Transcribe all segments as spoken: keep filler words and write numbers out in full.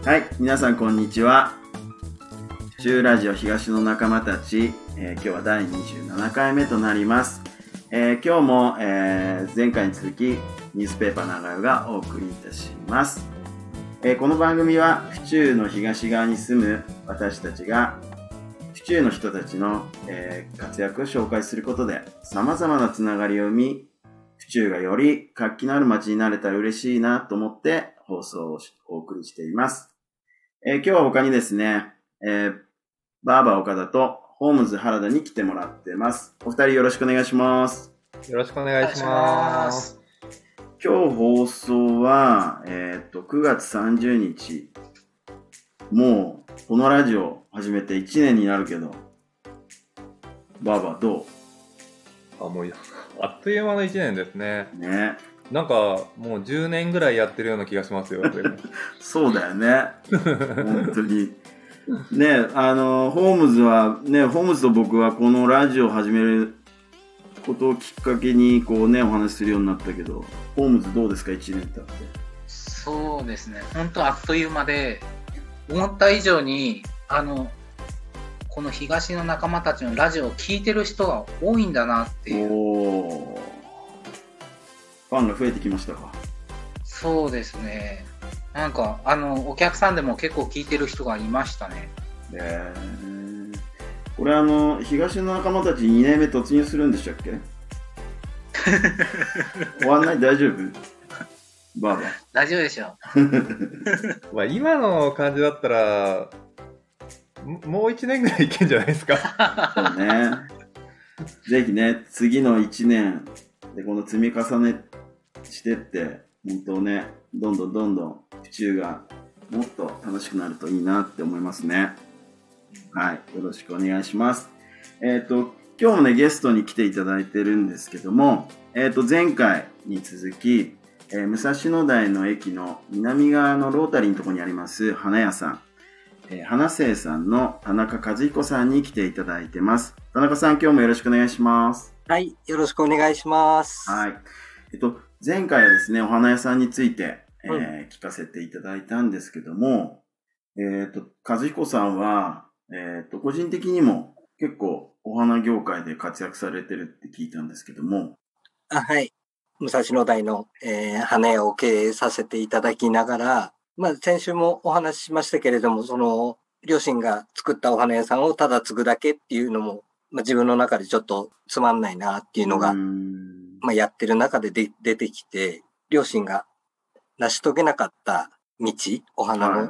はい、皆さんこんにちは。府中ラジオ東の仲間たち、えー、今日はだいにじゅうななかいめとなります。えー、今日も、えー、前回に続きニュースペーパー長代がお送りいたします。えー、この番組は府中の東側に住む私たちが府中の人たちの、えー、活躍を紹介することで様々なつながりを生み、府中がより活気のある街になれたら嬉しいなと思って放送をお送りしています。えー、今日は他にですね、えー、バーバー岡田とホームズ原田に来てもらってます。お二人よろしくお願いします。 よろしくお願いします。 今日放送は、えっと、くがつさんじゅうにち。もう、このラジオ始めていちねんになるけど、バーバーどう？あ、もう、あっという間のいちねんですね。 ね。 なんか、もうじゅうねんぐらいやってるような気がしますよ。 そうだよね。本当に。ね、あの、ホームズは、ね、ホームズと僕はこのラジオを始めることをきっかけに、こうね、お話しするようになったけど、ホームズどうですか、いちねん経って。 そうですね。本当あっという間で、思った以上に、あの、この東の仲間たちのラジオを聞いてる人が多いんだなっていう。 おー。ファンが増えてきましたか？ そうですね。なんか、あの、お客さんでも結構聞いてる人がいましたね。 えー、これあの、東の仲間たちにねんめ突入するんでしたっけ？終わんない？大丈夫？バーバー。 大丈夫でしょう。まあ今の感じだったら、もういちねんぐらいいけんじゃないですか。 そうね。ぜひね、次のいちねんでこの積み重ねしてって、本当ね、どんどんどんどん府中がもっと楽しくなるといいなって思いますね。はい、よろしくお願いします。えっと、今日もね、ゲストに来ていただいてるんですけども、えっと、前回に続き、えー、武蔵野台の駅の南側のロータリーのところにあります花屋さん、えー、花生さんの田中和彦さんに来ていただいてます。田中さん、今日もよろしくお願いします。 はい、よろしくお願いします。 はい。えっと、前回はですね、お花屋さんについて、えーうん、聞かせていただいたんですけども、えっと、和彦さんは、えっと、個人的にも結構お花業界で活躍されてるって聞いたんですけども。 あ、はい。武蔵野台の、えー、花屋を経営させていただきながら、まあ、先週もお話ししましたけれども、その、両親が作ったお花屋さんをただ継ぐだけっていうのも、まあ、自分の中でちょっとつまんないなっていうのが、まあ、やってる中でで出てきて、両親が成し遂げなかった道、お花の、はい、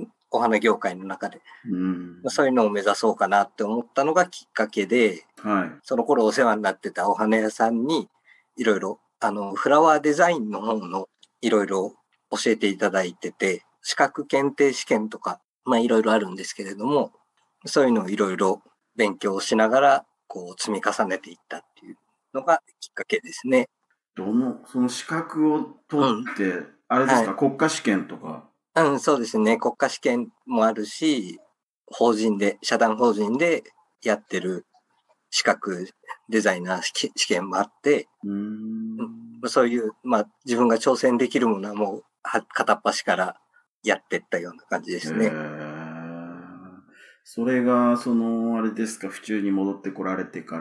お花業界の中で、 うんまあ、そういうのを目指そうかなって思ったのがきっかけで、 はい、 その頃お世話になってたお花屋さんに、いろいろ、あの、フラワーデザインの方のいろいろ教えていただいてて、資格検定試験とか、まあいろいろあるんですけれども、そういうのをいろいろ勉強しながら、こう積み重ねていったっていうのがきっかけですね。 どの、その資格を取って、うん、あれですか、はい、国家試験とか。 うん、そうですね。国家試験もあるし、法人で、社団法人でやってる資格デザイナー試験もあって、 うーんうん、そういう、まあ自分が挑戦できるものはもう片っ端からやっていったような感じですね。 それが、その、あれですか、府中に戻ってこられてから。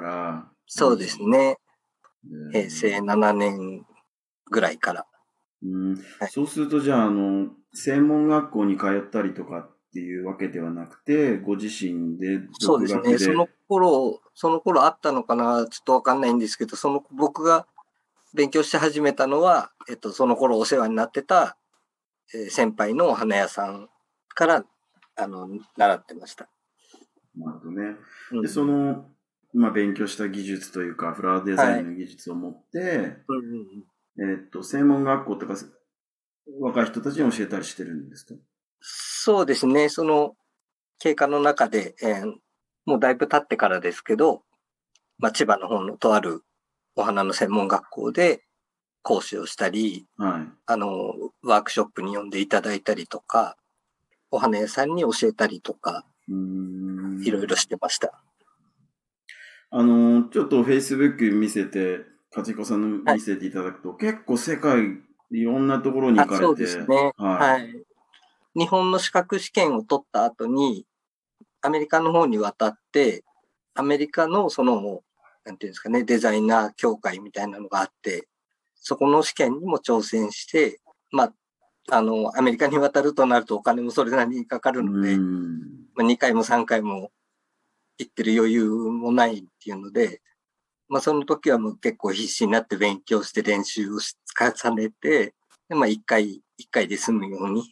そうですね。へいせいななねんぐらいから。 うんはい、そうすると、じゃあ、あの、専門学校に通ったりとかっていうわけではなくて、ご自身で独学で。 そうですね。その頃、その頃あったのかな、ちょっとわかんないんですけど、その、僕が勉強して始めたのは、えっと、その頃お世話になってた、えー、先輩のお花屋さんから、あの、習ってました。 なるほどね。うん、で、その、まあ、勉強した技術というか、フラワーデザインの技術を持って、はいうんうん、えー、っと、専門学校とか、若い人たちに教えたりしてるんですか？ そうですね。その、経過の中で、えー、もうだいぶ経ってからですけど、まあ、千葉の方のとあるお花の専門学校で講師をしたり、 はい、 あの、ワークショップに呼んでいただいたりとか、お花屋さんに教えたりとか、 うーんいろいろしてました。 あの、ちょっと Facebook 見せて、かちこさんの見せていただくと、はい、結構世界いろんなところに行かれて。 あそうですね。はい。はい、 日本の資格試験を取った後に、アメリカの方に渡って、アメリカのその、なんていうんですかね、デザイナー協会みたいなのがあって、そこの試験にも挑戦して、まあ、あの、アメリカに渡るとなるとお金もそれなりにかかるので、まあ、にかいもさんかいも行ってる余裕もないっていうので、まあ、その時はもう結構必死になって勉強して練習を重ねて、でまあ、いっかい、いっかいで済むように、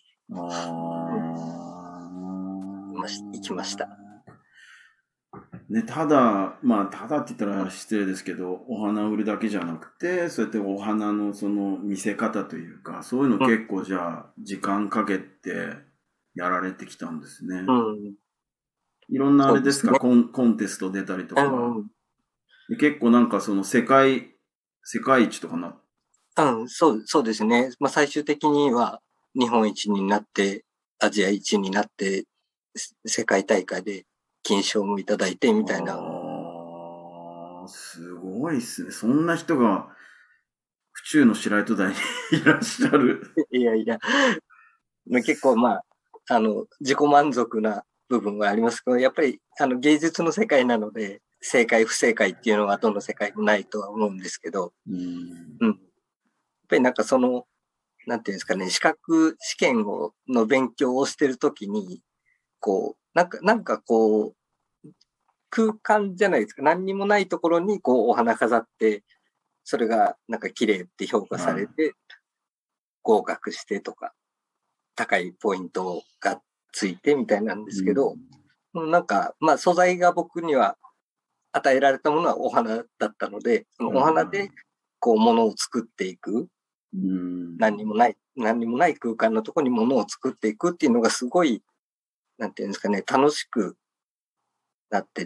あ行きました。 ね、ただ、まあ、ただって言ったら失礼ですけど、お花を売るだけじゃなくて、そうやってお花のその見せ方というか、そういうの結構じゃあ、時間かけてやられてきたんですね。 うん。 いろんなあれですか、 そうですねコン、コンテスト出たりとか。 うんで結構なんかその世界、世界一とかな。 うん、そう、そうですね。まあ、最終的には日本一になって、アジア一になって、せ世界大会で金賞もいただいてみたいな。 ああ、すごいっすね。そんな人が府中の白糸台にいらっしゃる。 いやいや、結構まあ、あの、自己満足な部分はありますけど、やっぱりあの芸術の世界なので、正解不正解っていうのはどの世界もないとは思うんですけど、 うん。 うん。やっぱりなんかその、なんていうんですかね、資格試験をの勉強をしてるときに、こう、なんか、なんかこう、空間じゃないですか。何にもないところにこうお花飾って、それがなんか綺麗って評価されて、合格してとか、高いポイントがついてみたいなんですけど、うん、なんか、まあ素材が僕には与えられたものはお花だったので、そのお花でこう物を作っていく。 うん、 何にもない、何にもない空間のところに物を作っていくっていうのがすごい、なんていうんですかね、楽しくなってって。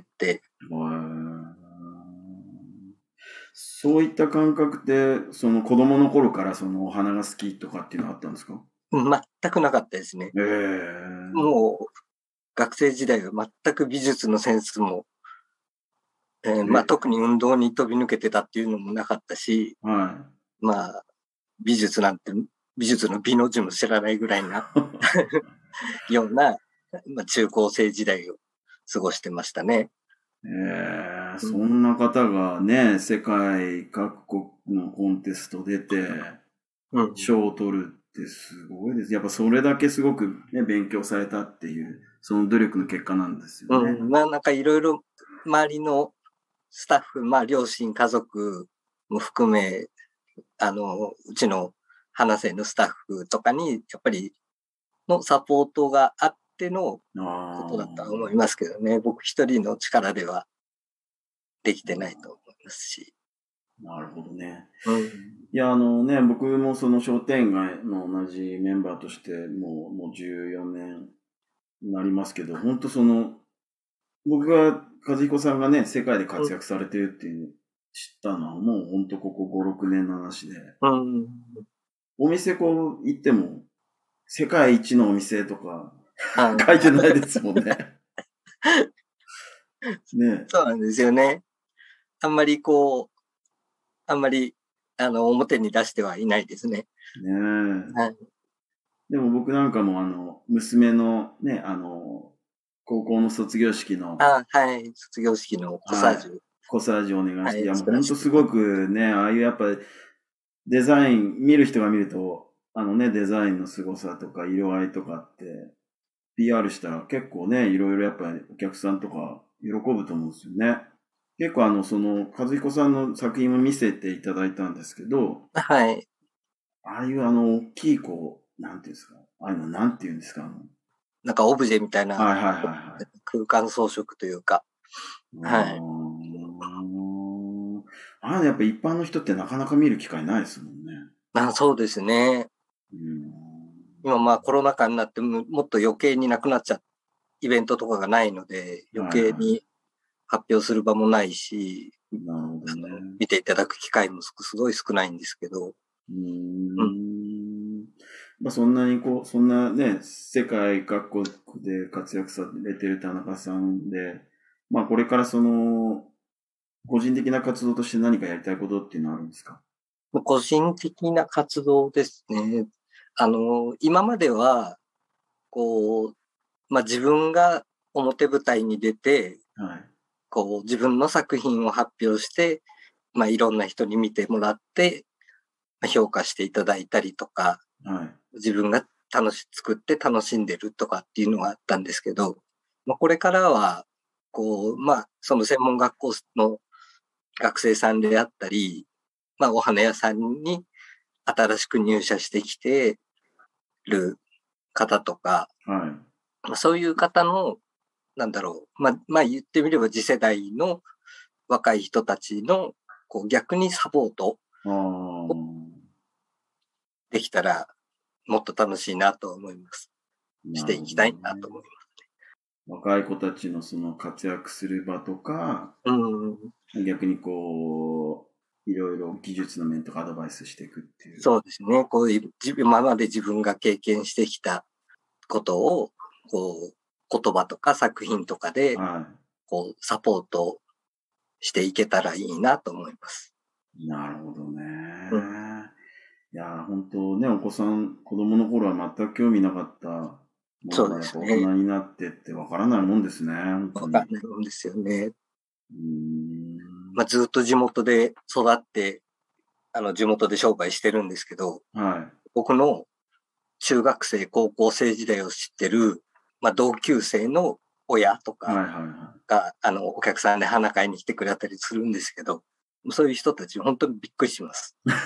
そういった感覚って、その子供の頃からそのお花が好きとかっていうのはあったんですか？ 全くなかったですね。 えー、 もう、学生時代は全く美術のセンスも、えー、まあ特に運動に飛び抜けてたっていうのもなかったし、 はい、 まあ、美術なんて、美術の美の字も知らないぐらいなような、まあ、中高生時代を過ごしてましたね。 えー、そんな方がね、世界各国のコンテスト出て、賞を取るってすごいです。やっぱそれだけすごくね、勉強されたっていう、その努力の結果なんですよね。 うん、まあなんかいろいろ周りのスタッフ、まあ両親、家族も含め、あの、うちの花生のスタッフとかに、やっぱりのサポートがあってのことだとは思いますけどね。僕一人の力ではできてないと思いますし。 なるほどね。 うん、 いや、あのね、僕もその商店街の同じメンバーとして、もう、もうじゅうよねんになりますけど、本当その、僕が、和彦さんがね、世界で活躍されてるっていうのを知ったのは、もう本当ここご、ろくねんの話で、 うん、 お店こう行っても、世界一のお店とか書いてないですもんね。ね。 そうなんですよね。あんまりこう、あんまり、あの、表に出してはいないですね。 ねえ。はい、でも僕なんかも、あの、娘のね、あの、高校の卒業式の。 あ、はい。卒業式のコサージュ。はい、 コサージュお願いして。はい、いや、もう本当すごくね、ああいうやっぱデザイン、見る人が見ると、あのね、デザインの凄さとか色合いとかって、ピーアール したら結構ね、いろいろやっぱりお客さんとか喜ぶと思うんですよね。結構あの、その、和彦さんの作品も見せていただいたんですけど、 はい。 ああいうあの、大きいこう、なんていうんですか、ああいうのなんていうんですか、あの、 なんかオブジェみたいな、 はいはいはいはい、 空間装飾というか、はい。 ああいうのやっぱ一般の人ってなかなか見る機会ないですもんね。 あ、そうですね。うん、今まあコロナ禍になってもっと余計になくなっちゃうイベントとかがないので、余計に発表する場もないし、 はいはい、なるほどね、 見ていただく機会もすごい少ないんですけど。 うーん、うんまあ、そんなにこう、そんなね、世界各国で活躍されてる田中さんで、まあこれからその、個人的な活動として何かやりたいことっていうのはあるんですか？ 個人的な活動ですね。あの、今までは、 こう、まあ、自分が表舞台に出て、 はい。 こう、自分の作品を発表して、まあ、いろんな人に見てもらって、まあ評価していただいたりとか、 はい。 自分が楽し、作って楽しんでるとかっていうのがあったんですけど、まあ、これからは、こう、まあ、その専門学校の学生さんであったり、まあ、お花屋さんに新しく入社してきてる方とか、 はい。 まあそういう方の、なんだろう、まあ、まあ言ってみれば次世代の若い人たちの、こう逆にサポートあーできたら、もっと楽しいなと思います。していきたいなと思い若い子たちのその活躍する場とか、 ます。うん。 逆にこう、いろいろ技術の面とかアドバイスしていくっていう。 そうですね。こういう、自分今まで自分が経験してきたことを、こう、言葉とか作品とかで、 はこう、サポートしていけたらいいなと思います。 い。なるほどね。 うんいやー、本当ね、お子さん、子供の頃は全く興味なかったものがやっぱ大人になってってわからないもんですね、本当に。 わかんないもんですよね。 うーん。 まあ、ずっと地元で育って、あの、地元で商売してるんですけど、 は僕の中学生、高校生時代を知ってる、まあ、同級生の親とい。はいかはいはが、あの、お客さんで花買いに来てくれたりするんですけど、そういう人たち本当にびっくりします。 い。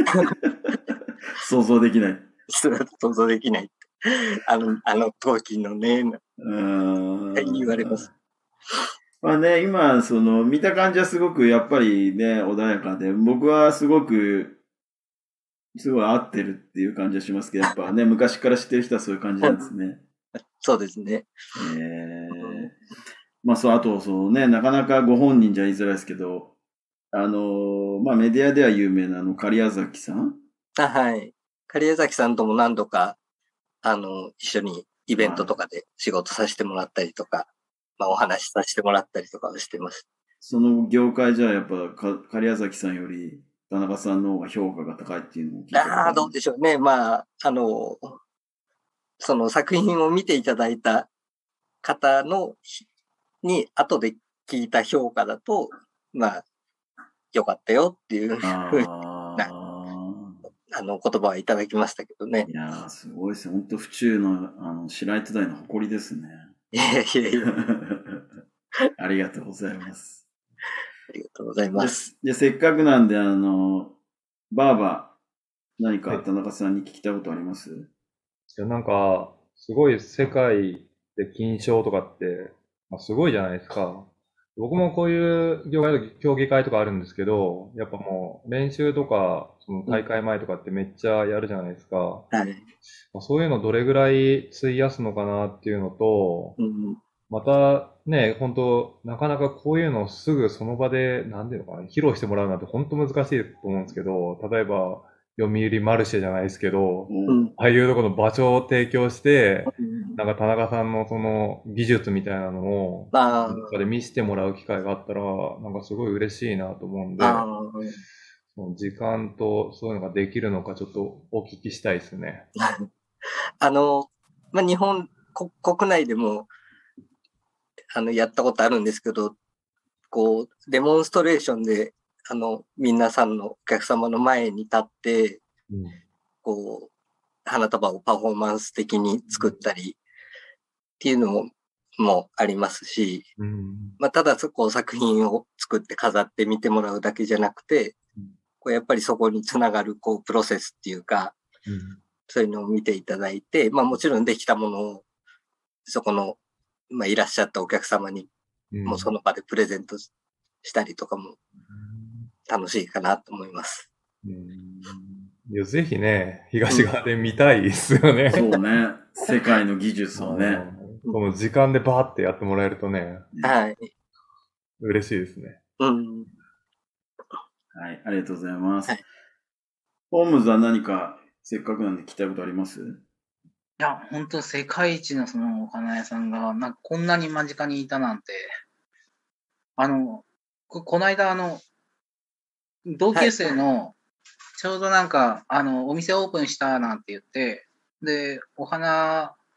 想像できない。 それは想像できない。あの、あの時のね、 うーん。 言われます。 まあね、今、その、見た感じはすごくやっぱりね、穏やかで、僕はすごく、すごい合ってるっていう感じはしますけど、やっぱね、昔から知ってる人はそういう感じなんですね。 そうですね。 ええまあそう、あと、そうね、なかなかご本人じゃ言いづらいですけど、あの、まあメディアでは有名なあの、狩矢崎さんあはい。狩矢崎さんとも何度か、あの、一緒にイベントとかで仕事させてもらったりとか、まあお話しさせてもらったりとかをしてます。 その業界じゃやっぱか、狩矢崎さんより田中さんの方が評価が高いっていうのを聞いたことああ、どうでしょうね。まあ、あの、その作品を見ていただいた方の、に後で聞いた評価だと、まあ、よかったよっていうあふうな、 あ。 あの、言葉はいただきましたけどね。 いやー、すごいですね。本当府中の、あの、白糸台の誇りですね。 いやいやいや、 ありがとうございます。 ありがとうございでます。 で、せっかくなんで、あの、バーバー、何か田中さんに聞きたいことあります？ いや、なんか、すごい世界で金賞とかって、まあ、すごいじゃないですか。僕もこういう業界の競技会とかあるんですけど、やっぱもう練習とか、その大会前とかってめっちゃやるじゃないですか。 はい。 まあそういうのどれぐらい費やすのかなっていうのと、 うん、 またね、本当なかなかこういうのをすぐその場で、なんていうのかな、披露してもらうなんて本当難しいと思うんですけど、例えば、読売マルシェじゃないですけど、 うん、 ああいうところの場所を提供して、 うん。 なんか田中さんのその技術みたいなのを、 まあ、 中で見せてもらう機会があったら、なんかすごい嬉しいなと思うんで、 あその時間とそういうのができるのかちょっとお聞きしたいですね。 あの、まあ、日本こ国内でも、あの、やったことあるんですけど、こう、デモンストレーションで、あの、皆さんのお客様の前に立って、 うんこう、花束をパフォーマンス的に作ったりっていうのも、もありますし、 うんまあ、ただそこ作品を作って飾って見てもらうだけじゃなくて、こうやっぱりそこにつながるこうプロセスっていうか、 うんそういうのを見ていただいて、まあもちろんできたものを、そこの、まあいらっしゃったお客様にうんもうその場でプレゼントしたりとかも楽しいかなと思います。 うんいや、ぜひね、東側で見たいですよね。 そうね。世界の技術をね。 うんこの時間でバーってやってもらえるとね、 はい。 嬉しいですね。 うん。 はい、ありがとうございます。 はいホームズは何か、せっかくなんで聞きたいことあります？ いや、本当世界一のそのお花屋さんが、なんかこんなに間近にいたなんて。あの、こ、この間あの、同級生の、ちょうどなんか、あの、お店オープンしたなんて言って、で、お花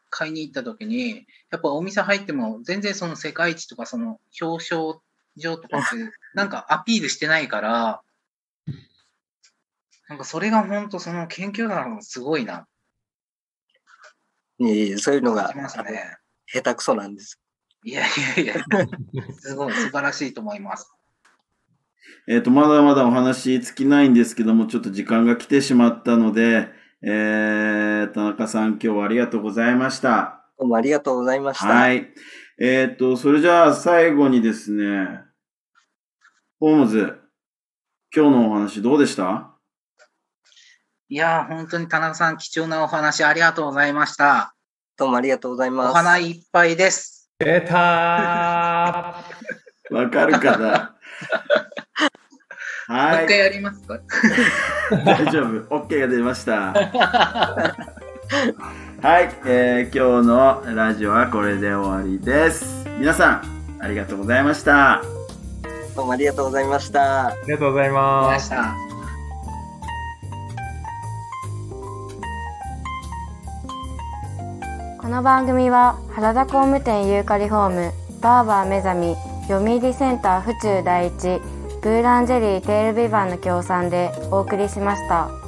買いに行った時に、やっぱお店入っても全然その世界一とかその表彰状とかってなんかアピールしてないから、なんかそれが本当その研究なのすごいな。 いえいえ、そういうのが感じますね。 下手くそなんです。 いやいやいや、すごい素晴らしいと思います。 えっと、まだまだお話尽きないんですけども、ちょっと時間が来てしまったので、えー、田中さん、今日はありがとうございました。 どうもありがとうございました。 はい。えっと、それじゃあ最後にですね、ホームズ、今日のお話どうでした？ いやー、本当に田中さん、貴重なお話ありがとうございました。 どうもありがとうございます。 お花いっぱいです。 出たー。 わかるかな？はい。 もう一回やりますか？ 大丈夫。OK が出ました。はい、えー、今日のラジオはこれで終わりです。皆さん、ありがとうございました。 どうもありがとうございました。 ありがとうございます。 この番組は原田工務店ユーカリホーム、バーバー目覚み、読売センター府中第一、ブーランジェリーテールビバンの協賛でお送りしました。